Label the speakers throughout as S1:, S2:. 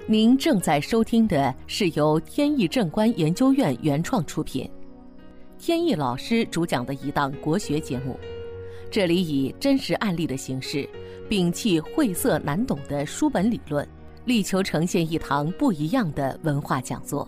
S1: 您正在收听的是由天意正观研究院原创出品，天意老师主讲的一档国学节目。这里以真实案例的形式，摒弃晦涩难懂的书本理论，力求呈现一堂不一样的文化讲座。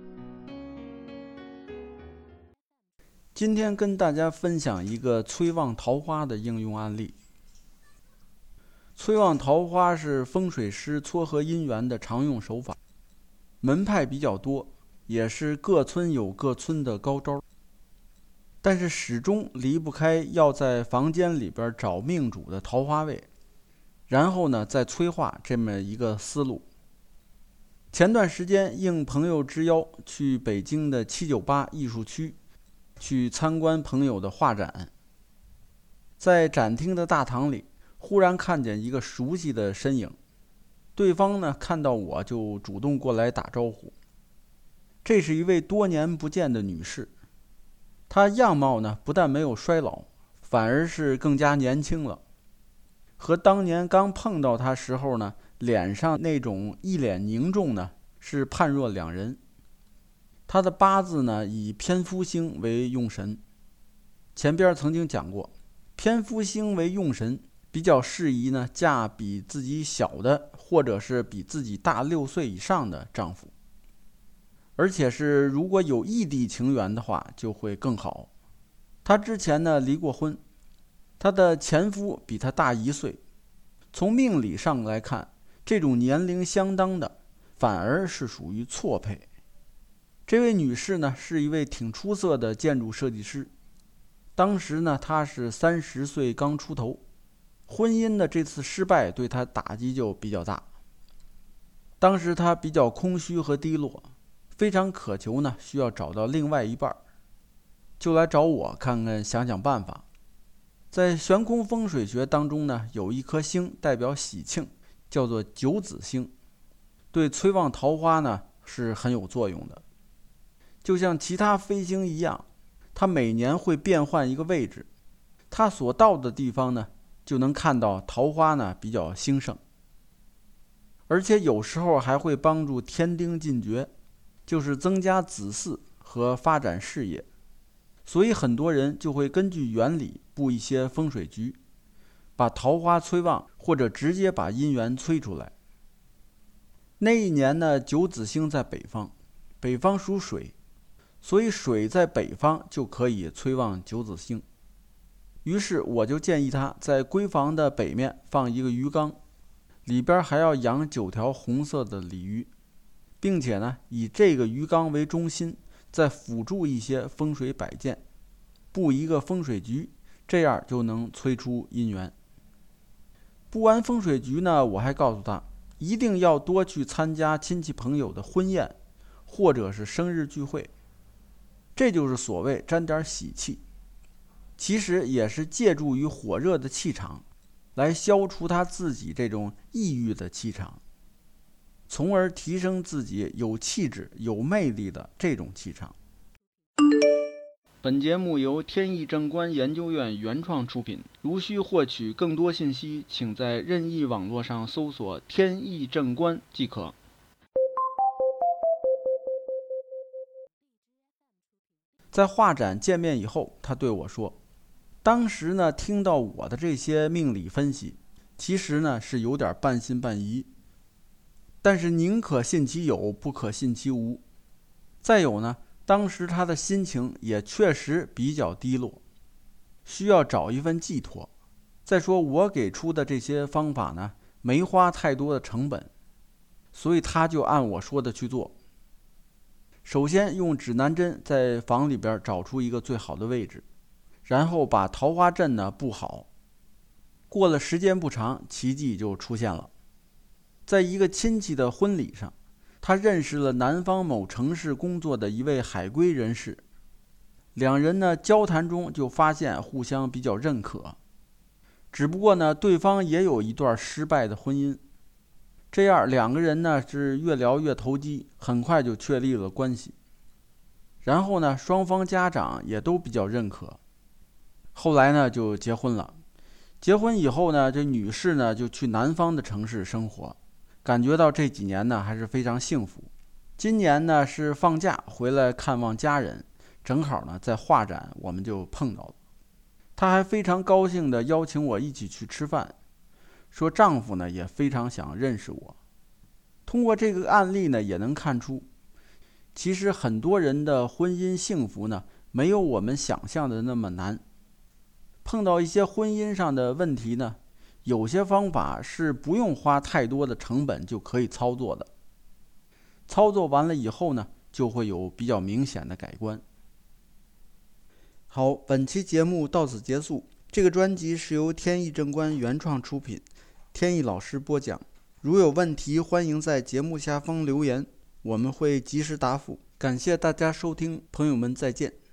S2: 今天跟大家分享一个催旺桃花的应用案例。催旺桃花是风水师撮合姻缘的常用手法，门派比较多，也是各村有各村的高招，但是始终离不开要在房间里边找命主的桃花位，然后呢再催化这么一个思路。前段时间应朋友之邀去北京的798艺术区去参观朋友的画展，在展厅的大堂里忽然看见一个熟悉的身影，对方呢看到我就主动过来打招呼。这是一位多年不见的女士，她样貌呢不但没有衰老，反而是更加年轻了，和当年刚碰到她时候呢脸上那种一脸凝重呢是判若两人。她的八字呢以偏夫星为用神，前边曾经讲过，偏夫星为用神比较适宜呢嫁比自己小的或者是比自己大6岁以上的丈夫，而且是如果有异地情缘的话就会更好。她之前呢离过婚，她的前夫比她大1岁，从命理上来看，这种年龄相当的反而是属于错配。这位女士呢是一位挺出色的建筑设计师，当时呢她是30岁刚出头，婚姻的这次失败对她打击就比较大。当时她比较空虚和低落，非常渴求呢需要找到另外一半，就来找我看看想想办法。在悬空风水学当中呢，有一颗星代表喜庆，叫做九紫星，对催旺桃花呢是很有作用的。就像其他飞星一样，它每年会变换一个位置，它所到的地方呢就能看到桃花呢比较兴盛，而且有时候还会帮助添丁进爵，就是增加子嗣和发展事业。所以很多人就会根据原理布一些风水局，把桃花催旺，或者直接把姻缘催出来。那一年呢，九紫星在北方，北方属水，所以水在北方就可以催旺九紫星。于是我就建议他在闺房的北面放一个鱼缸，里边还要养9条红色的鲤鱼，并且呢以这个鱼缸为中心，再辅助一些风水摆件，布一个风水局，这样就能催出姻缘。布完风水局呢，我还告诉他一定要多去参加亲戚朋友的婚宴或者是生日聚会，这就是所谓沾点喜气，其实也是借助于火热的气场来消除他自己这种抑郁的气场，从而提升自己有气质有魅力的这种气场。本节目由天意正观研究院原创出品，如需获取更多信息，请在任意网络上搜索天意正观即可。在画展见面以后，他对我说，当时呢听到我的这些命理分析，其实呢是有点半信半疑，但是宁可信其有，不可信其无。再有呢，当时他的心情也确实比较低落，需要找一份寄托。再说我给出的这些方法呢，没花太多的成本，所以他就按我说的去做。首先用指南针在房里边找出一个最好的位置，然后把桃花阵呢布好。过了时间不长，奇迹就出现了。在一个亲戚的婚礼上，他认识了南方某城市工作的一位海归人士，两人呢交谈中就发现互相比较认可，只不过呢对方也有一段失败的婚姻，这样两个人呢是越聊越投机，很快就确立了关系。然后呢双方家长也都比较认可，后来呢就结婚了。结婚以后呢，这女士呢就去南方的城市生活， 感觉到这几年呢还是非常幸福。今年呢是放假回来看望家人，正好呢在画展我们就碰到了。她还非常高兴地邀请我一起去吃饭，说丈夫呢也非常想认识我。通过这个案例呢也能看出，其实很多人的婚姻幸福呢没有我们想象的那么难。碰到一些婚姻上的问题呢，有些方法是不用花太多的成本就可以操作的。操作完了以后呢，就会有比较明显的改观。好，本期节目到此结束。这个专辑是由天意正观原创出品，天意老师播讲。如有问题，欢迎在节目下方留言，我们会及时答复。感谢大家收听，朋友们再见。